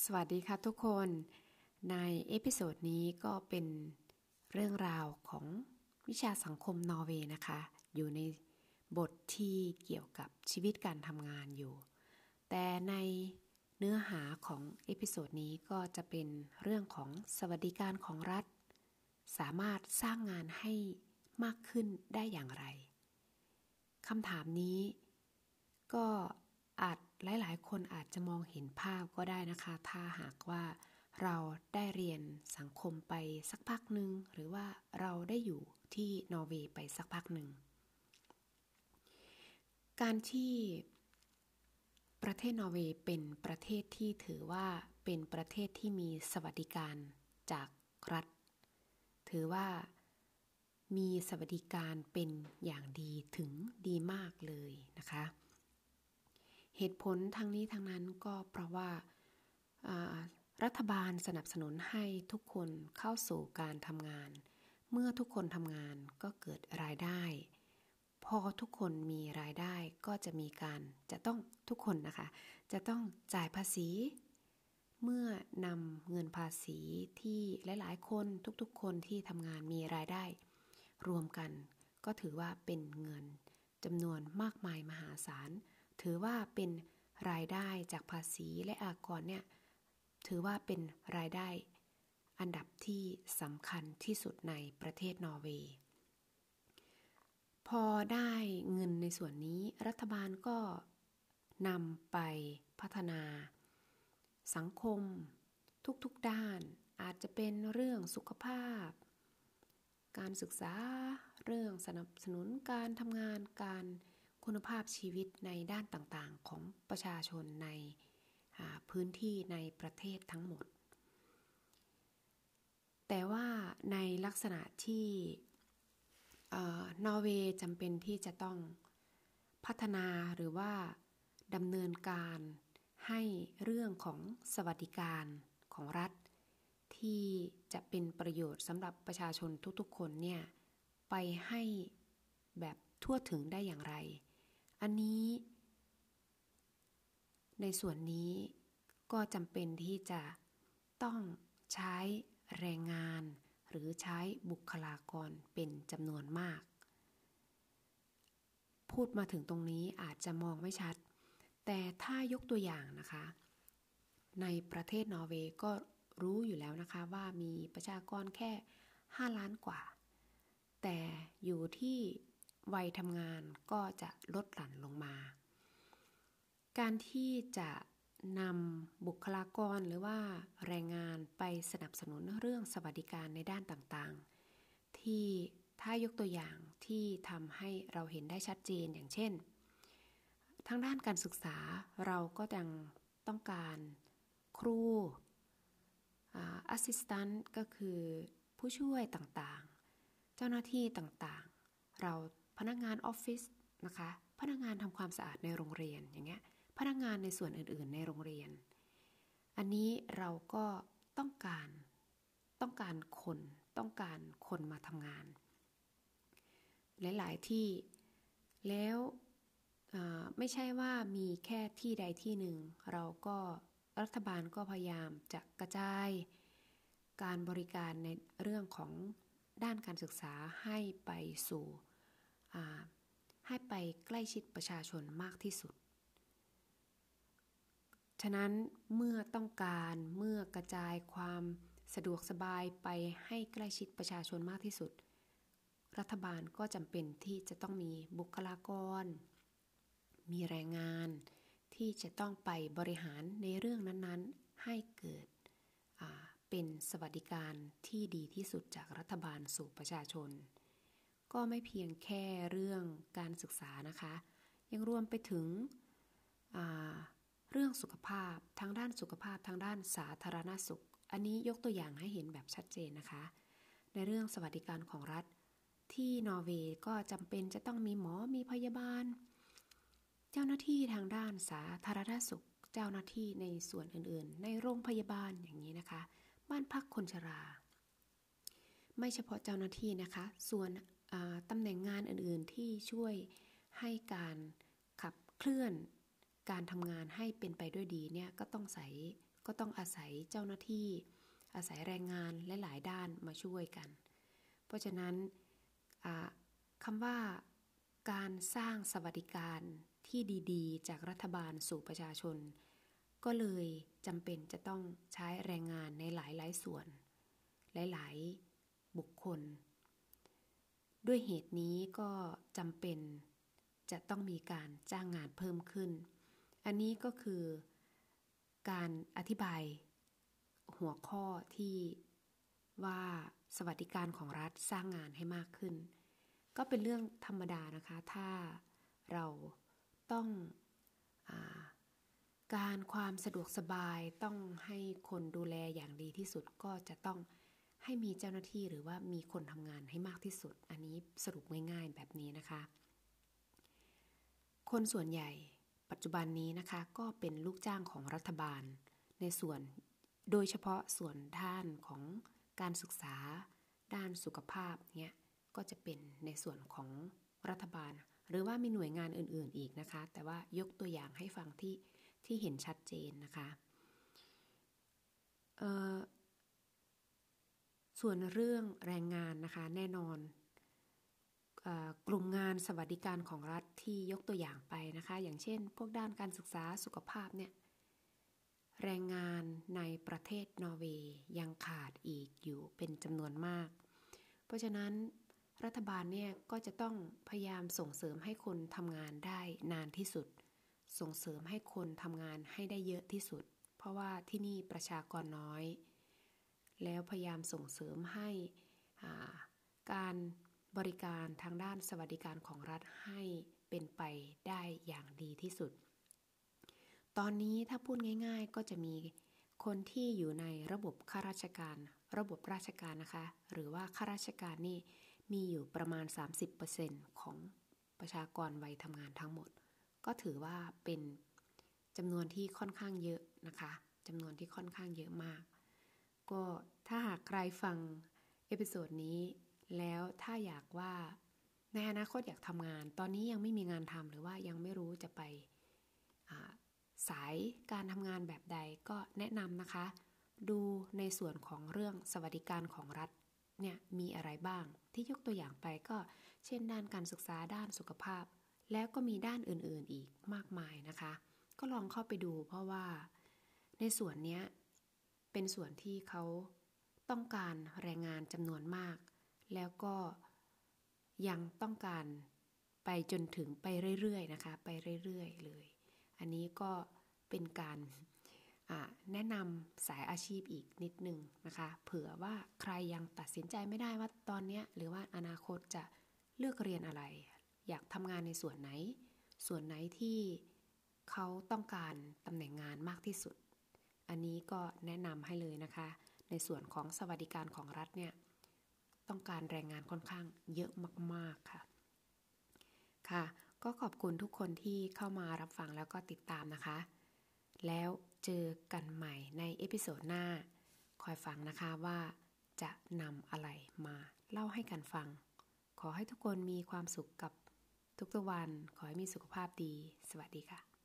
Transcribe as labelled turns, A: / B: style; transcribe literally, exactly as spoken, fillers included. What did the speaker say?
A: สวัสดีค่ะทุกคนในเอพิโซดนี้ก็เป็นเรื่องราวของวิชาสังคมนอร์เวย์นะคะอยู่ในบทที่เกี่ยวกับชีวิตการทำงานอยู่แต่ในเนื้อหาของเอพิโซดนี้ก็จะเป็นเรื่องของสวัสดิการของรัฐสามารถสร้างงานให้มากขึ้นได้อย่างไรคำถามนี้ก็อาจหลายๆคนอาจจะมองเห็นภาพก็ได้นะคะถ้าหากว่าเราได้เรียนสังคมไปสักพักหนึ่งหรือว่าเราได้อยู่ที่นอร์เวย์ไปสักพักหนึ่งการที่ประเทศนอร์เวย์เป็นประเทศที่ถือว่าเป็นประเทศที่มีสวัสดิการจากรัฐถือว่ามีสวัสดิการเป็นอย่างดีถึงดีมากเลยนะคะเหตุผลทางนี้ทางนั้นก็เพราะว่ารัฐบาลสนับสนุนให้ทุกคนเข้าสู่การทำงานเมื่อทุกคนทำงานก็เกิดรายได้พอทุกคนมีรายได้ก็จะมีการจะต้องทุกคนนะคะจะต้องจ่ายภาษีเมื่อนำเงินภาษีที่หลายๆคนทุกๆคนที่ทำงานมีรายได้รวมกันก็ถือว่าเป็นเงินจำนวนมากมายมหาศาลถือว่าเป็นรายได้จากภาษีและอากรเนี่ยถือว่าเป็นรายได้อันดับที่สำคัญที่สุดในประเทศนอร์เวย์พอได้เงินในส่วนนี้รัฐบาลก็นำไปพัฒนาสังคมทุกๆด้านอาจจะเป็นเรื่องสุขภาพการศึกษาเรื่องสนับสนุนการทำงานการคุณภาพชีวิตในด้านต่างๆของประชาชนในพื้นที่ในประเทศทั้งหมดแต่ว่าในลักษณะที่นอร์เวย์จำเป็นที่จะต้องพัฒนาหรือว่าดำเนินการให้เรื่องของสวัสดิการของรัฐที่จะเป็นประโยชน์สำหรับประชาชนทุกๆคนเนี่ยไปให้แบบทั่วถึงได้อย่างไรอันนี้ในส่วนนี้ก็จำเป็นที่จะต้องใช้แรงงานหรือใช้บุคลากรเป็นจำนวนมากพูดมาถึงตรงนี้อาจจะมองไม่ชัดแต่ถ้ายกตัวอย่างนะคะในประเทศนอร์เวย์ก็รู้อยู่แล้วนะคะว่ามีประชากรแค่ห้าล้านกว่าแต่อยู่ที่วัยทำงานก็จะลดหลั่นลงมาการที่จะนำบุคลากรหรือว่าแรงงานไปสนับสนุนเรื่องสวัสดิการในด้านต่างๆที่ถ้ายกตัวอย่างที่ทำให้เราเห็นได้ชัดเจนอย่างเช่นทางด้านการศึกษาเราก็ยังต้องการครูแอสซิสแตนต์ก็คือผู้ช่วยต่างๆเจ้าหน้าที่ต่างๆเราพนักงานออฟฟิศนะคะพนักงานทำความสะอาดในโรงเรียนอย่างเงี้ยพนักงานในส่วนอื่นๆในโรงเรียนอันนี้เราก็ต้องการต้องการคนต้องการคนมาทำงานหลายๆที่แล้วไม่ใช่ว่ามีแค่ที่ใดที่หนึ่งเราก็รัฐบาลก็พยายามจะกระจายการบริการในเรื่องของด้านการศึกษาให้ไปสู่ให้ไปใกล้ชิดประชาชนมากที่สุดฉะนั้นเมื่อต้องการเมื่อกระจายความสะดวกสบายไปให้ใกล้ชิดประชาชนมากที่สุดรัฐบาลก็จำเป็นที่จะต้องมีบุคลากรมีแรงงานที่จะต้องไปบริหารในเรื่องนั้นๆให้เกิดเป็นสวัสดิการที่ดีที่สุดจากรัฐบาลสู่ประชาชนก็ไม่เพียงแค่เรื่องการศึกษานะคะยังรวมไปถึงเรื่องสุขภาพทางด้านสุขภาพทางด้านสาธารณสุขอันนี้ยกตัวอย่างให้เห็นแบบชัดเจนนะคะในเรื่องสวัสดิการของรัฐที่นอร์เวย์ก็จำเป็นจะต้องมีหมอมีพยาบาลเจ้าหน้าที่ทางด้านสาธารณสุขเจ้าหน้าที่ในส่วนอื่นๆในโรงพยาบาลอย่างนี้นะคะบ้านพักคนชราไม่เฉพาะเจ้าหน้าที่นะคะส่วนตำแหน่งงานอื่นๆที่ช่วยให้การขับเคลื่อนการทำงานให้เป็นไปด้วยดีเนี่ยก็ต้องใส่ก็ต้องอาศัยเจ้าหน้าที่อาศัยแรงงานและหลายด้านมาช่วยกันเพราะฉะนั้นคำว่าการสร้างสวัสดิการที่ดีๆจากรัฐบาลสู่ประชาชนก็เลยจำเป็นจะต้องใช้แรงงานในหลายๆส่วนหลายๆบุคคลด้วยเหตุนี้ก็จำเป็นจะต้องมีการจ้างงานเพิ่มขึ้นอันนี้ก็คือการอธิบายหัวข้อที่ว่าสวัสดิการของรัฐสร้างงานให้มากขึ้นก็เป็นเรื่องธรรมดานะคะถ้าเราต้องอ่าการความสะดวกสบายต้องให้คนดูแลอย่างดีที่สุดก็จะต้องให้มีเจ้าหน้าที่หรือว่ามีคนทำงานให้มากที่สุดอันนี้สรุปง่ายๆแบบนี้นะคะคนส่วนใหญ่ปัจจุบันนี้นะคะก็เป็นลูกจ้างของรัฐบาลในส่วนโดยเฉพาะส่วนด้านของการศึกษาด้านสุขภาพเนี่ยก็จะเป็นในส่วนของรัฐบาลหรือว่ามีหน่วยงานอื่นๆอีกนะคะแต่ว่ายกตัวอย่างให้ฟังที่ที่เห็นชัดเจนนะคะส่วนเรื่องแรงงานนะคะแน่นอนกลุ่มงานสวัสดิการของรัฐที่ยกตัวอย่างไปนะคะอย่างเช่นพวกด้านการศึกษาสุขภาพเนี่ยแรงงานในประเทศนอร์เวย์ยังขาดอีกอยู่เป็นจำนวนมากเพราะฉะนั้นรัฐบาลเนี่ยก็จะต้องพยายามส่งเสริมให้คนทำงานได้นานที่สุดส่งเสริมให้คนทำงานให้ได้เยอะที่สุดเพราะว่าที่นี่ประชากรน้อยแล้วพยายามส่งเสริมให้การบริการทางด้านสวัสดิการของรัฐให้เป็นไปได้อย่างดีที่สุดตอนนี้ถ้าพูดง่ายๆก็จะมีคนที่อยู่ในระบบข้าราชการระบบราชการนะคะหรือว่าข้าราชการนี่มีอยู่ประมาณ สามสิบเปอร์เซ็นต์ ของประชากรวัยทำงานทั้งหมดก็ถือว่าเป็นจำนวนที่ค่อนข้างเยอะนะคะจำนวนที่ค่อนข้างเยอะมากก็ถ้าหากใครฟังเอพิโซดนี้แล้วถ้าอยากว่าในอนาคตอยากทำงานตอนนี้ยังไม่มีงานทำหรือว่ายังไม่รู้จะไปสายการทำงานแบบใดก็แนะนำนะคะดูในส่วนของเรื่องสวัสดิการของรัฐเนี่ยมีอะไรบ้างที่ยกตัวอย่างไปก็เช่นด้านการศึกษาด้านสุขภาพแล้วก็มีด้านอื่นๆอีกมากมายนะคะก็ลองเข้าไปดูเพราะว่าในส่วนนี้เป็นส่วนที่เขาต้องการแรงงานจำนวนมากแล้วก็ยังต้องการไปจนถึงไปเรื่อยๆนะคะไปเรื่อยๆเลยอันนี้ก็เป็นการแนะนำสายอาชีพอีกนิดนึงนะคะเผื่อว่าใครยังตัดสินใจไม่ได้ว่าตอนนี้หรือว่าอนาคตจะเลือกเรียนอะไรอยากทำงานในส่วนไหนส่วนไหนที่เขาต้องการตำแหน่งงานมากที่สุดอันนี้ก็แนะนำให้เลยนะคะในส่วนของสวัสดิการของรัฐเนี่ยต้องการแรงงานค่อนข้างเยอะมากๆค่ะค่ะก็ขอบคุณทุกคนที่เข้ามารับฟังแล้วก็ติดตามนะคะแล้วเจอกันใหม่ในเอพิโซดหน้าคอยฟังนะคะว่าจะนำอะไรมาเล่าให้กันฟังขอให้ทุกคนมีความสุขกับทุกๆวันขอให้มีสุขภาพดีสวัสดีค่ะ